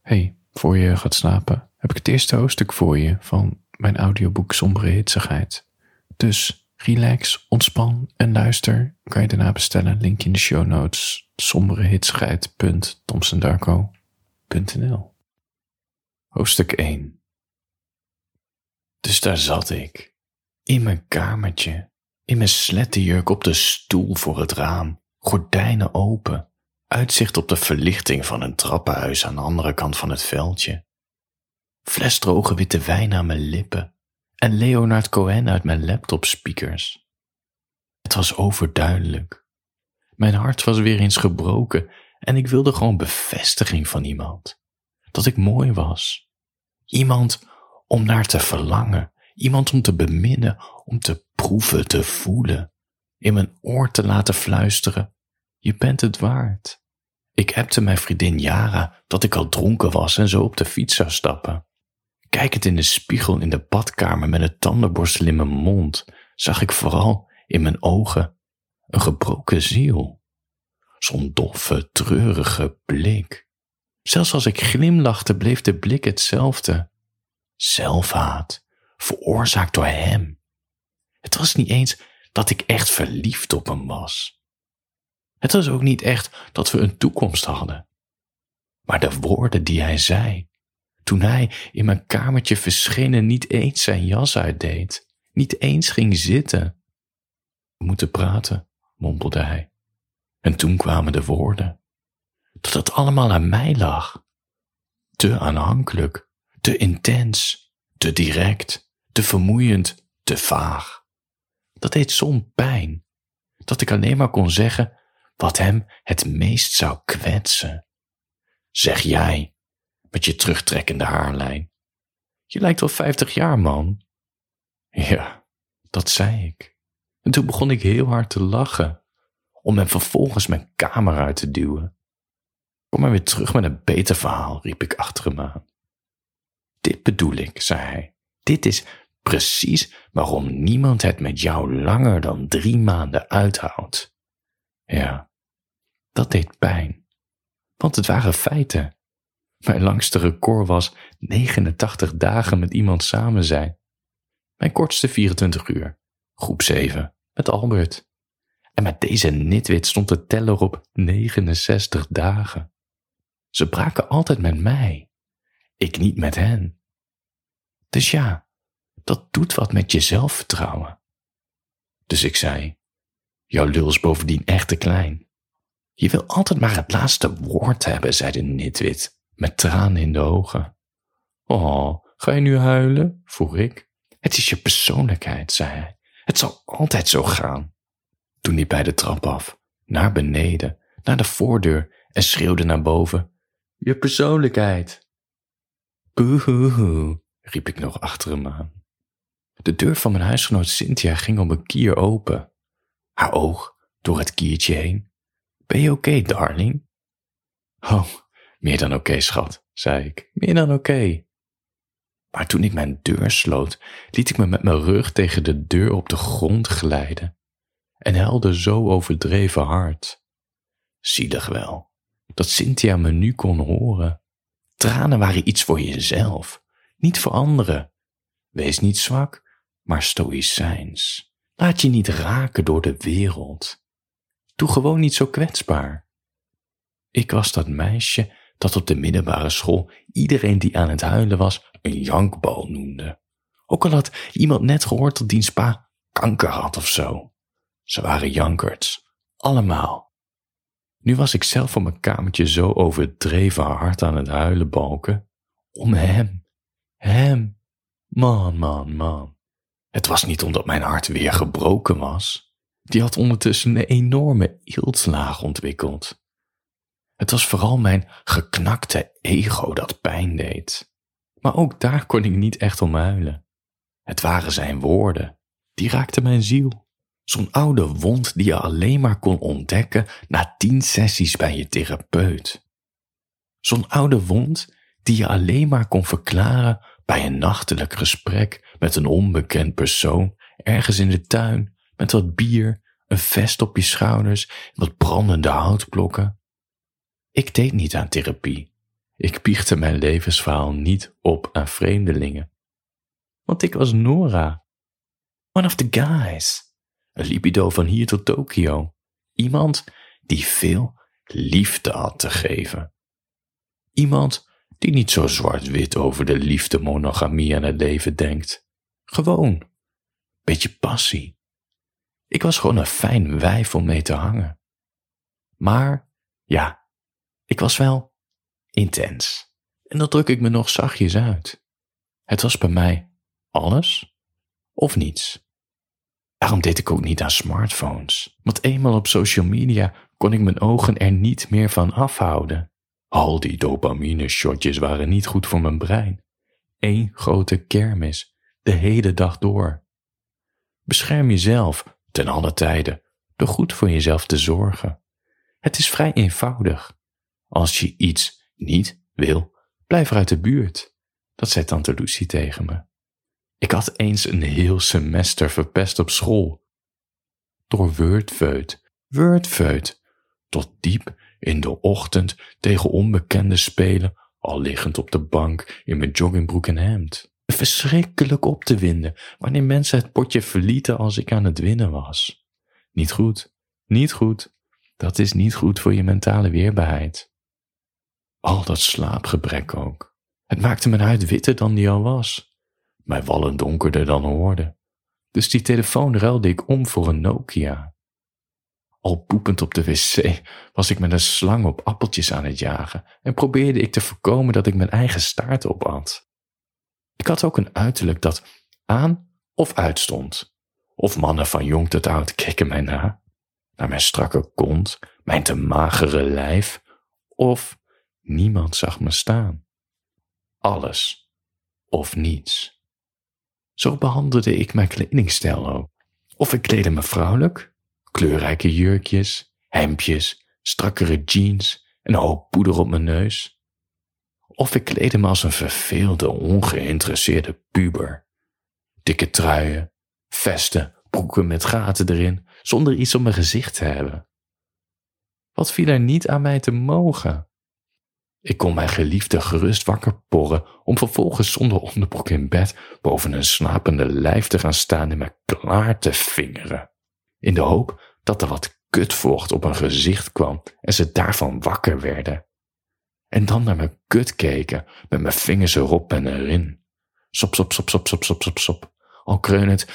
Hey, voor je gaat slapen heb ik het eerste hoofdstuk voor je van mijn audioboek Sombere Hitsigheid. Dus relax, ontspan en luister. Kan je daarna bestellen, linkje in de show notes. somberehitsigheid.thomsondarko.nl. Hoofdstuk 1. Dus daar zat ik, in mijn kamertje, in mijn slettenjurk op de stoel voor het raam, gordijnen open, uitzicht op de verlichting van een trappenhuis aan de andere kant van het veldje. Fles droge witte wijn aan mijn lippen en Leonard Cohen uit mijn laptop-speakers. Het was overduidelijk. Mijn hart was weer eens gebroken en ik wilde gewoon bevestiging van iemand. Dat ik mooi was. Iemand om naar te verlangen. Iemand om te beminnen, om te proeven, te voelen. In mijn oor te laten fluisteren. Je bent het waard. Ik appte mijn vriendin Jara dat ik al dronken was en zo op de fiets zou stappen. Kijkend in de spiegel in de badkamer met een tandenborstel in mijn mond, zag ik vooral in mijn ogen een gebroken ziel. Zo'n doffe, treurige blik. Zelfs als ik glimlachte bleef de blik hetzelfde. Zelfhaat, veroorzaakt door hem. Het was niet eens dat ik echt verliefd op hem was. Het was ook niet echt dat we een toekomst hadden. Maar de woorden die hij zei, toen hij in mijn kamertje verscheen en niet eens zijn jas uitdeed, niet eens ging zitten. We moeten praten, mompelde hij. En toen kwamen de woorden. Dat het allemaal aan mij lag. Te aanhankelijk, te intens, te direct, te vermoeiend, te vaag. Dat deed zo'n pijn, dat ik alleen maar kon zeggen wat hem het meest zou kwetsen. Zeg jij, met je terugtrekkende haarlijn. Je lijkt wel 50 jaar, man. Ja, dat zei ik. En toen begon ik heel hard te lachen, om hem vervolgens mijn kamer uit te duwen. Kom maar weer terug met een beter verhaal, riep ik achter hem aan. Dit bedoel ik, zei hij. Dit is precies waarom niemand het met jou langer dan 3 maanden uithoudt. Ja, dat deed pijn. Want het waren feiten. Mijn langste record was 89 dagen met iemand samen zijn. Mijn kortste 24 uur. Groep 7, met Albert. En met deze nitwit stond de teller op 69 dagen. Ze braken altijd met mij. Ik niet met hen. Dus ja, dat doet wat met je zelfvertrouwen. Dus ik zei, jouw lul is bovendien echt te klein. Je wil altijd maar het laatste woord hebben, zei de nitwit, met tranen in de ogen. Oh, ga je nu huilen? Vroeg ik. Het is je persoonlijkheid, zei hij. Het zal altijd zo gaan. Toen liep hij de trap af, naar beneden, naar de voordeur en schreeuwde naar boven. Je persoonlijkheid. Boehoehoe, riep ik nog achter hem aan. De deur van mijn huisgenoot Cynthia ging op een kier open. Haar oog door het kiertje heen. Ben je oké, darling? Oh, meer dan oké, schat, zei ik. Meer dan oké. Maar toen ik mijn deur sloot, liet ik me met mijn rug tegen de deur op de grond glijden en huilde zo overdreven hard. Zielig wel, dat Cynthia me nu kon horen. Tranen waren iets voor jezelf, niet voor anderen. Wees niet zwak, maar stoïcijns. Laat je niet raken door de wereld. Doe gewoon niet zo kwetsbaar. Ik was dat meisje dat op de middelbare school iedereen die aan het huilen was een jankbal noemde. Ook al had iemand net gehoord dat diens pa kanker had of zo. Ze waren jankerds, allemaal. Nu was ik zelf op mijn kamertje zo overdreven hard aan het huilen balken. Om hem. Man. Het was niet omdat mijn hart weer gebroken was. Die had ondertussen een enorme iltslaag ontwikkeld. Het was vooral mijn geknakte ego dat pijn deed. Maar ook daar kon ik niet echt om huilen. Het waren zijn woorden. Die raakten mijn ziel. Zo'n oude wond die je alleen maar kon ontdekken na 10 sessies bij je therapeut. Zo'n oude wond die je alleen maar kon verklaren bij een nachtelijk gesprek met een onbekend persoon ergens in de tuin met wat bier, een vest op je schouders en wat brandende houtblokken. Ik deed niet aan therapie Ik biechte mijn levensverhaal niet op aan vreemdelingen. Want ik was Nora. One of the guys. Een libido van hier tot Tokio. Iemand die veel liefde had te geven. Iemand die niet zo zwart-wit over de liefde, monogamie en het leven denkt. Gewoon. Beetje passie. Ik was gewoon een fijn wijf om mee te hangen. Maar, ja, ik was wel intens. En dat druk ik me nog zachtjes uit. Het was bij mij alles of niets. Daarom deed ik ook niet aan smartphones. Want eenmaal op social media kon ik mijn ogen er niet meer van afhouden. Al die dopamine-shotjes waren niet goed voor mijn brein. Eén grote kermis, de hele dag door. Bescherm jezelf ten alle tijden door goed voor jezelf te zorgen. Het is vrij eenvoudig. Als je iets niet wil, blijf er uit de buurt. Dat zei tante Lucie tegen me. Ik had eens een heel semester verpest op school. Door wordfeut, tot diep in de ochtend tegen onbekenden spelen, al liggend op de bank in mijn joggingbroek en hemd. Verschrikkelijk op te winden wanneer mensen het potje verlieten als ik aan het winnen was. Niet goed. Dat is niet goed voor je mentale weerbaarheid. Al dat slaapgebrek ook. Het maakte mijn huid witter dan die al was. Mijn wallen donkerder dan hoorde. Dus die telefoon ruilde ik om voor een Nokia. Al poepend op de wc was ik met een slang op appeltjes aan het jagen en probeerde ik te voorkomen dat ik mijn eigen staart opat. Ik had ook een uiterlijk dat aan of uitstond. Of mannen van jong tot oud keken mij na, naar mijn strakke kont, mijn te magere lijf, of niemand zag me staan. Alles of niets. Zo behandelde ik mijn kledingstijl ook. Of ik kleedde me vrouwelijk, kleurrijke jurkjes, hemdjes, strakkere jeans, en een hoop poeder op mijn neus. Of ik kleedde me als een verveelde, ongeïnteresseerde puber. Dikke truien, vesten, broeken met gaten erin, zonder iets op mijn gezicht te hebben. Wat viel er niet aan mij te mogen? Ik kon mijn geliefde gerust wakker porren om vervolgens zonder onderbroek in bed boven een slapende lijf te gaan staan en me klaar te vingeren. In de hoop dat er wat kutvocht op hun gezicht kwam en ze daarvan wakker werden. En dan naar mijn kut keken met mijn vingers erop en erin. Sop, sop, sop, sop, sop, sop, sop, sop. Al kreunend,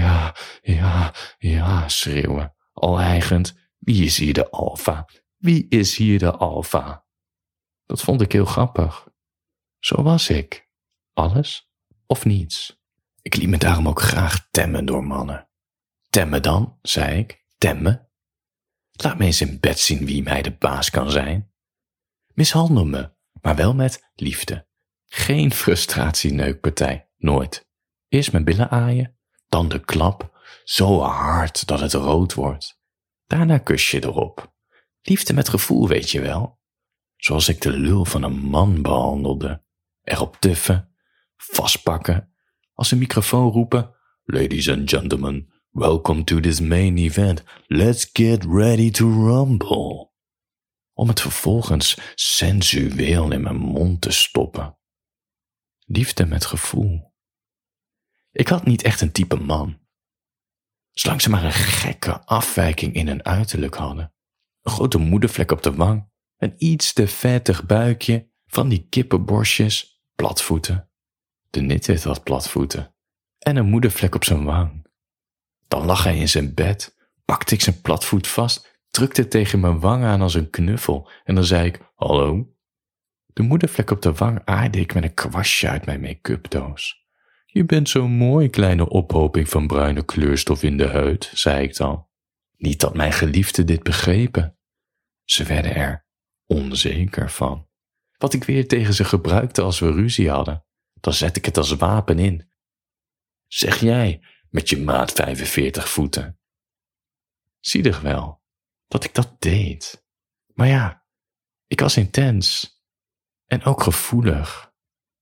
ja, schreeuwen. Al hijgend, wie is hier de alfa? Wie is hier de alfa? Dat vond ik heel grappig. Zo was ik. Alles of niets. Ik liet me daarom ook graag temmen door mannen. Temmen dan, zei ik, temmen. Laat me eens in bed zien wie mij de baas kan zijn. Mishandel me, maar wel met liefde. Geen frustratieneukpartij, nooit. Eerst mijn billen aaien, dan de klap, zo hard dat het rood wordt. Daarna kus je erop. Liefde met gevoel, weet je wel. Zoals ik de lul van een man behandelde. Erop tuffen, vastpakken, als een microfoon roepen, Ladies and gentlemen, welcome to this main event. Let's get ready to rumble. Om het vervolgens sensueel in mijn mond te stoppen. Liefde met gevoel. Ik had niet echt een type man. Zolang ze maar een gekke afwijking in hun uiterlijk hadden. Een grote moedervlek op de wang. Een iets te vettig buikje, van die kippenborstjes, platvoeten. De nitwit had platvoeten. En een moedervlek op zijn wang. Dan lag hij in zijn bed, pakte ik zijn platvoet vast, drukte tegen mijn wang aan als een knuffel en dan zei ik, hallo. De moedervlek op de wang aaide ik met een kwastje uit mijn make-up doos. Je bent zo'n mooi kleine ophoping van bruine kleurstof in de huid, zei ik dan. Niet dat mijn geliefden dit begrepen. Ze werden er onzeker van. Wat ik weer tegen ze gebruikte als we ruzie hadden, dan zet ik het als wapen in. Zeg jij, met je maat 45 voeten. Zielig wel, dat ik dat deed. Maar ja, ik was intens. En ook gevoelig.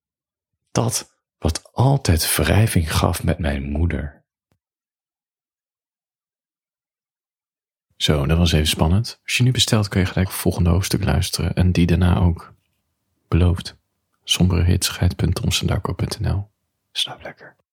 Dat wat altijd wrijving gaf met mijn moeder. Zo, dat was even spannend. Als je nu bestelt, kun je gelijk het volgende hoofdstuk luisteren en die daarna ook. Beloofd. Somberehits.tomsendarko.nl. Slaap lekker.